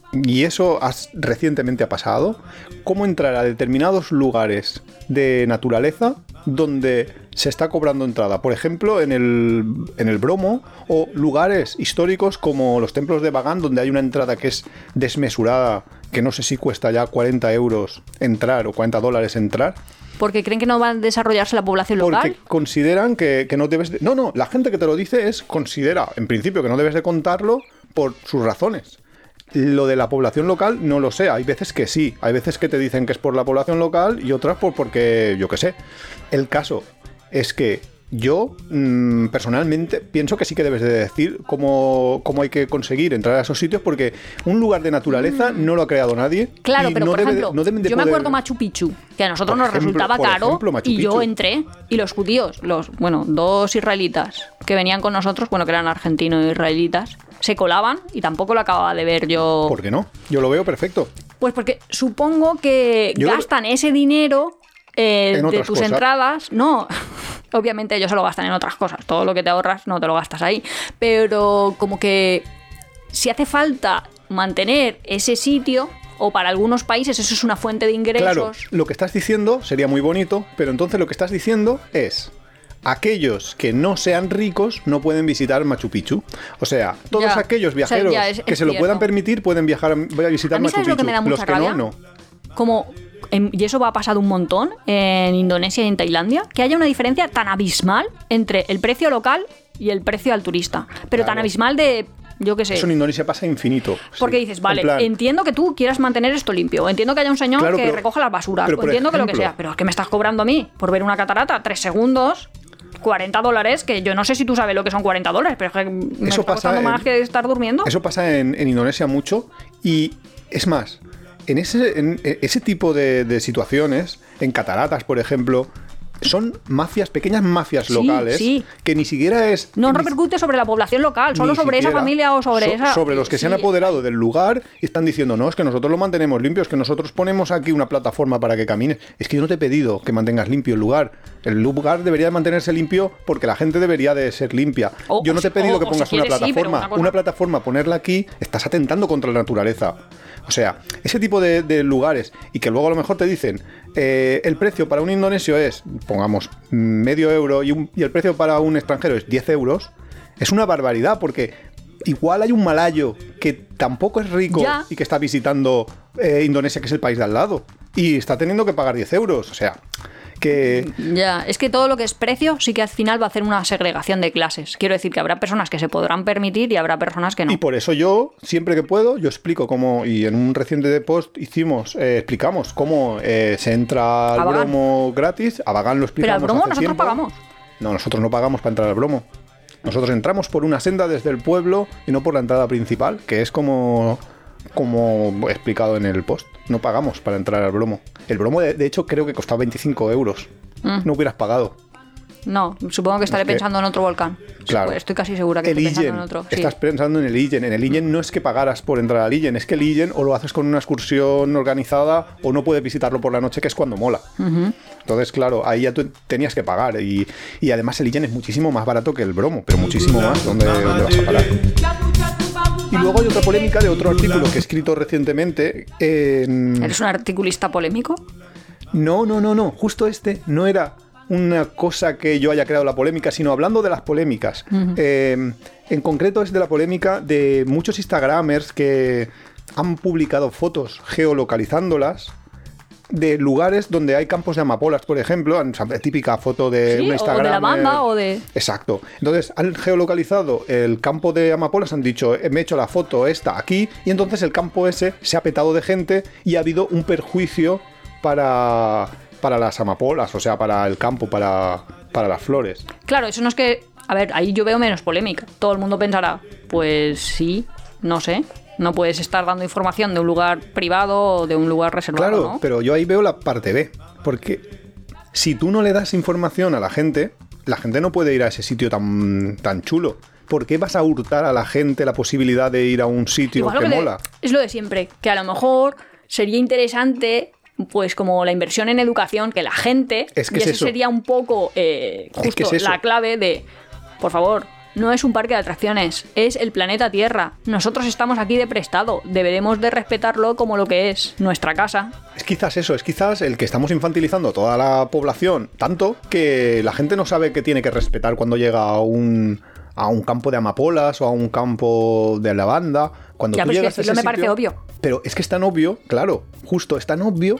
y eso has- recientemente ha pasado, cómo entrar a determinados lugares de naturaleza donde se está cobrando entrada. Por ejemplo, en el, en el Bromo, o lugares históricos como los templos de Bagán, donde hay una entrada que es desmesurada, que no sé si cuesta ya cuarenta euros entrar o cuarenta dólares entrar. Porque creen que no va a desarrollarse la población local. Porque consideran que, que no debes de... No, no, la gente que te lo dice es considera, en principio, que no debes de contarlo por sus razones. Lo de la población local no lo sé, hay veces que sí, hay veces que te dicen que es por la población local y otras por porque, yo qué sé. El caso es que yo, mmm, personalmente, pienso que sí que debes de decir cómo, cómo hay que conseguir entrar a esos sitios, porque un lugar de naturaleza no lo ha creado nadie. Claro, y pero no por debe de- ejemplo, no deben de yo me poder- acuerdo Machu Picchu, que a nosotros Por nos ejemplo- resultaba por caro ejemplo, Machu y yo Picchu. entré y los judíos, los bueno, dos israelitas que venían con nosotros, bueno, que eran argentinos e israelitas, se colaban y tampoco lo acababa de ver yo. ¿Por qué no? Yo lo veo perfecto. Pues porque supongo que Yo- gastan ese dinero eh, En de otras tus cosas. entradas. No, obviamente ellos se lo gastan en otras cosas. Todo lo que te ahorras no te lo gastas ahí. Pero como que si hace falta mantener ese sitio, o para algunos países eso es una fuente de ingresos. Claro, lo que estás diciendo sería muy bonito, pero entonces lo que estás diciendo es: aquellos que no sean ricos no pueden visitar Machu Picchu. O sea, todos Ya. aquellos O sea, viajeros ya, es- que es se lo cierto. puedan permitir pueden viajar a visitar A mí, Machu ¿sabes Picchu. lo que me da mucha Los que rabia? no, no. Como, en- y eso va a pasar un montón en Indonesia y en Tailandia, que haya una diferencia tan abismal entre el precio local y el precio al turista. Pero tan Claro. abismal de, yo qué sé. Eso en Indonesia pasa infinito. Porque sí. dices, En vale, plan, entiendo que tú quieras mantener esto limpio, entiendo que haya un señor Claro, que pero- recoja las basuras, pero, o por entiendo que lo que ejemplo- sea, pero es que me estás cobrando a mí por ver una catarata tres segundos, cuarenta dólares, que yo no sé si tú sabes lo que son cuarenta dólares, pero es que me Eso está pasa costando en- más que estar durmiendo. Eso pasa en, en Indonesia mucho, y es más, en ese, en ese tipo de, de situaciones, en cataratas, por ejemplo, son mafias, pequeñas mafias Sí, locales, sí. que ni siquiera es... No ni- repercute sobre la población local, solo ni sobre esa siquiera. familia o sobre So- esa... sobre los que se han Sí. apoderado del lugar y están diciendo, no, es que nosotros lo mantenemos limpio, es que nosotros ponemos aquí una plataforma para que camines. Es que yo no te he pedido que mantengas limpio el lugar. El lugar debería de mantenerse limpio porque la gente debería de ser limpia. O- yo no o te he si- pedido o- que o pongas si una quieres, sí, pero plataforma. una cosa- Una plataforma, ponerla aquí, estás atentando contra la naturaleza. O sea, ese tipo de, de lugares, y que luego a lo mejor te dicen, eh, el precio para un indonesio es, pongamos, medio euro y, un- y el precio para un extranjero es diez euros, es una barbaridad porque igual hay un malayo que tampoco es rico ya. y que está visitando eh, Indonesia, que es el país de al lado, y está teniendo que pagar diez euros. O sea, que... Ya, es que todo lo que es precio sí que al final va a hacer una segregación de clases. Quiero decir que habrá personas que se podrán permitir y habrá personas que no. Y por eso yo, siempre que puedo, yo explico cómo, y en un reciente post hicimos, eh, explicamos cómo eh, se entra al bromo gratis. A Bagán lo explicamos. Pero al bromo hace nosotros tiempo. pagamos. No, nosotros no pagamos para entrar al bromo. Nosotros entramos por una senda desde el pueblo y no por la entrada principal, que es como, como he explicado en el post. No pagamos para entrar al bromo. El bromo, de, de hecho, creo que costaba veinticinco euros. Mm. No hubieras pagado. No, supongo que estaré es que, pensando en otro volcán. Claro. Estoy casi segura que el estoy Illen, pensando en otro. Sí. Estás pensando en el Illen. En el Illen no es que pagaras por entrar al Illen, es que el Illen o lo haces con una excursión organizada o no puedes visitarlo por la noche, que es cuando mola. Uh-huh. Entonces, claro, ahí ya tú tenías que pagar. Y, y además el Illen es muchísimo más barato que el bromo, pero muchísimo más. ¿Dónde, dónde vas a parar? Y luego hay otra polémica de otro artículo que he escrito recientemente. En... ¿Eres un articulista polémico? No, no, no, no. Justo este no era una cosa que yo haya creado la polémica, sino hablando de las polémicas. Uh-huh. Eh, en concreto es de la polémica de muchos Instagramers que han publicado fotos geolocalizándolas de lugares donde hay campos de amapolas, por ejemplo, la típica foto de sí, una Instagram. O de la banda o de... Exacto. Entonces han geolocalizado el campo de amapolas, han dicho, me he hecho la foto esta aquí, y entonces el campo ese se ha petado de gente y ha habido un perjuicio para, para las amapolas, o sea, para el campo, para, para las flores. Claro, eso no es que... A ver, ahí yo veo menos polémica. Todo el mundo pensará, pues sí, no sé... No puedes estar dando información de un lugar privado o de un lugar reservado, claro, ¿no? Pero yo ahí veo la parte B. Porque si tú no le das información a la gente, la gente no puede ir a ese sitio tan, tan chulo. ¿Por qué vas a hurtar a la gente la posibilidad de ir a un sitio Igual que, que mola? Es lo de siempre, que a lo mejor sería interesante... Pues como la inversión en educación, que la gente... Es que y es eso eso. sería un poco eh, justo es que es eso. La clave de... Por favor... No es un parque de atracciones, es el planeta Tierra. Nosotros estamos aquí de prestado, deberemos de respetarlo como lo que es, nuestra casa. Es quizás eso, es quizás el que estamos infantilizando a toda la población, tanto que la gente no sabe que tiene que respetar cuando llega a un, a un campo de amapolas o a un campo de lavanda. Cuando ya, tú pero llegas es que a ese me sitio, parece obvio. Pero es que es tan obvio, claro, justo es tan obvio...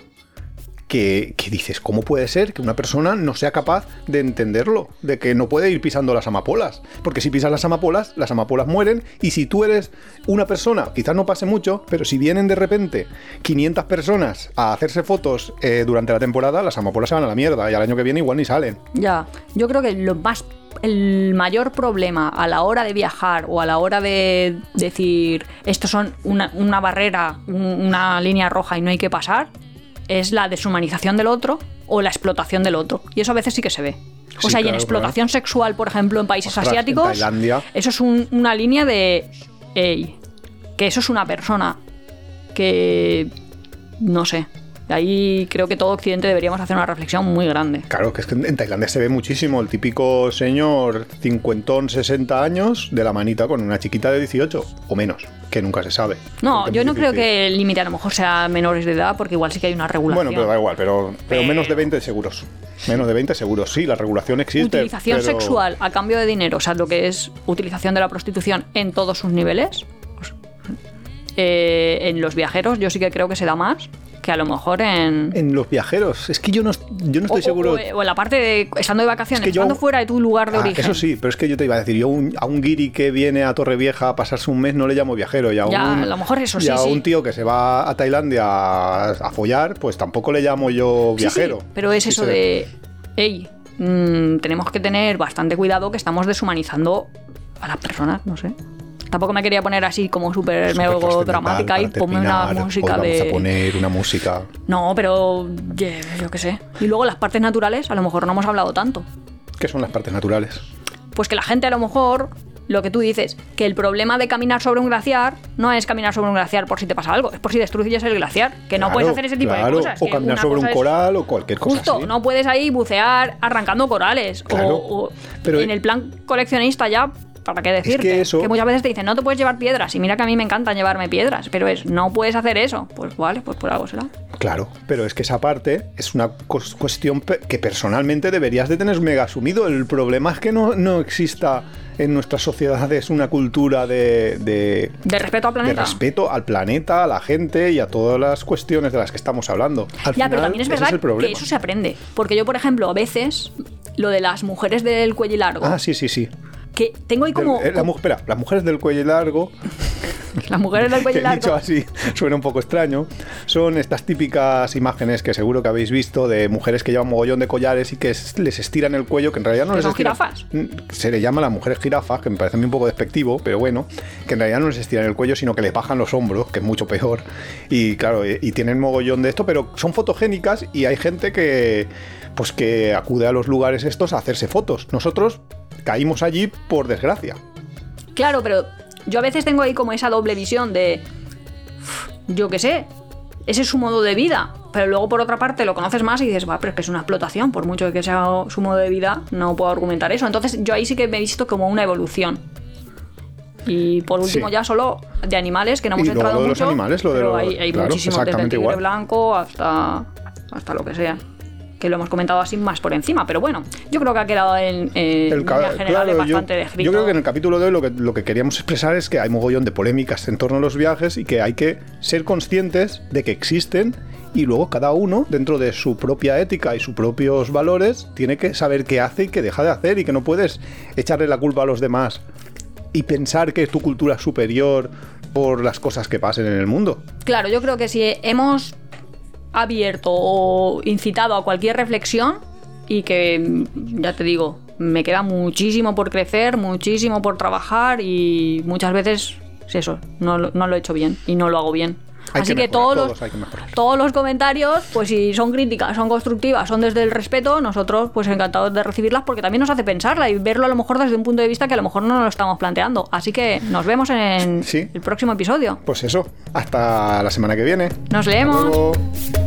Que, que dices, ¿cómo puede ser que una persona no sea capaz de entenderlo? De que no puede ir pisando las amapolas. Porque si pisas las amapolas, las amapolas mueren. Y si tú eres una persona, quizás no pase mucho, pero si vienen de repente quinientas personas a hacerse fotos eh, durante la temporada, las amapolas se van a la mierda. Y al año que viene igual ni salen. Ya, yo creo que lo más... El mayor problema a la hora de viajar o a la hora de decir esto son una, una barrera, una línea roja y no hay que pasar... es la deshumanización del otro o la explotación del otro. Y eso a veces sí que se ve. O sí, sea, claro, y en explotación claro. sexual, por ejemplo, en países Ostras, asiáticos, en Tailandia. Eso es un, una línea de... Ey, que eso es una persona que... No sé. Ahí creo que todo Occidente deberíamos hacer una reflexión muy grande. Claro, que es que en Tailandia se ve muchísimo el típico señor cincuentón, sesenta años de la manita con una chiquita de dieciocho o menos, que nunca se sabe. No, yo no creo que el límite a lo mejor sea menores de edad, porque igual sí que hay una regulación. Bueno, pero da igual, pero, pero eh... menos de veinte seguros. Menos de veinte seguros, sí, la regulación existe. Utilización pero... sexual a cambio de dinero, o sea, lo que es utilización de la prostitución en todos sus niveles. Pues, eh, en los viajeros yo sí que creo que se da más que a lo mejor en... En los viajeros. Es que yo no, yo no estoy o, seguro... O, o en la parte de estando de vacaciones, es que estando yo... fuera de tu lugar de ah, origen. Eso sí, pero es que yo te iba a decir, yo un, a un guiri que viene a Torrevieja a pasarse un mes no le llamo viajero. Y a, ya, un, a lo mejor eso y sí, a sí. un tío que se va a Tailandia a, a follar, pues tampoco le llamo yo viajero. Sí, sí, pero es sí, eso se... de... Ey, mmm, tenemos que tener bastante cuidado que estamos deshumanizando a las personas, no sé. Tampoco me quería poner así como súper mego dramática y ponme una música vamos de... Vamos a poner una música... No, pero yeah, yo qué sé. Y luego las partes naturales, a lo mejor no hemos hablado tanto. ¿Qué son las partes naturales? Pues que la gente a lo mejor, lo que tú dices, que el problema de caminar sobre un glaciar no es caminar sobre un glaciar por si te pasa algo, es por si destruyes el glaciar, que claro, no puedes hacer ese tipo claro, de cosas. O caminar sobre un coral o cualquier cosa justo, así. No puedes ahí bucear arrancando corales. Claro, o, o pero en el plan coleccionista ya... ¿Para qué decirte? Es que, eso... que muchas veces te dicen, no te puedes llevar piedras. Y mira que a mí me encanta llevarme piedras. Pero es, no puedes hacer eso. Pues vale, pues por algo será. Claro, pero es que esa parte es una cuestión que personalmente deberías de tener mega asumido. El problema es que no, no exista en nuestras sociedades una cultura de, de... De respeto al planeta. De respeto al planeta, a la gente y a todas las cuestiones de las que estamos hablando. Al ya, final, pero también es verdad es que eso se aprende. Porque yo, por ejemplo, a veces, lo de las mujeres del cuello largo... Ah, sí, sí, sí. Que tengo ahí como... El, el, la, espera, las mujeres del cuello largo... Las mujeres del cuello largo. Dicho así, suena un poco extraño. Son estas típicas imágenes que seguro que habéis visto de mujeres que llevan mogollón de collares y que les estiran el cuello, que en realidad no les son estiran. Jirafas. Se le llama a las mujeres jirafas, que me parece a mí un poco despectivo, pero bueno, que en realidad no les estiran el cuello, sino que les bajan los hombros, que es mucho peor. Y claro, y, y tienen mogollón de esto, pero son fotogénicas y hay gente que, pues que acude a los lugares estos a hacerse fotos. Nosotros caímos allí por desgracia. Claro, pero yo a veces tengo ahí como esa doble visión de, yo qué sé, ese es su modo de vida, pero luego por otra parte lo conoces más y dices, va, pero es que es una explotación, por mucho que sea su modo de vida, no puedo argumentar eso. Entonces yo ahí sí que me he visto como una evolución. Y por último sí. ya solo de animales, que no hemos y entrado luego de mucho, los animales, lo de pero lo, hay, hay claro, muchísimos, desde el tigre igual. blanco hasta, hasta lo que sea. Que lo hemos comentado así más por encima, pero bueno, yo creo que ha quedado en, eh, el ca- en general claro, bastante yo, descrito. Yo creo que en el capítulo de hoy lo que, lo que queríamos expresar es que hay mogollón de polémicas en torno a los viajes y que hay que ser conscientes de que existen y luego cada uno, dentro de su propia ética y sus propios valores, tiene que saber qué hace y qué deja de hacer y que no puedes echarle la culpa a los demás y pensar que tu cultura es superior por las cosas que pasen en el mundo. Claro, yo creo que si hemos abierto o incitado a cualquier reflexión y que, ya te digo, me queda muchísimo por crecer, muchísimo por trabajar y muchas veces es eso, no, no lo he hecho bien y no lo hago bien. Hay Así que que, mejorar, todos, los, todos, hay que todos los comentarios, pues si son críticas, son constructivas, son desde el respeto, nosotros pues encantados de recibirlas porque también nos hace pensarla y verlo a lo mejor desde un punto de vista que a lo mejor no nos lo estamos planteando. Así que nos vemos en sí. el próximo episodio. Pues eso, hasta la semana que viene. Nos leemos. Hasta luego.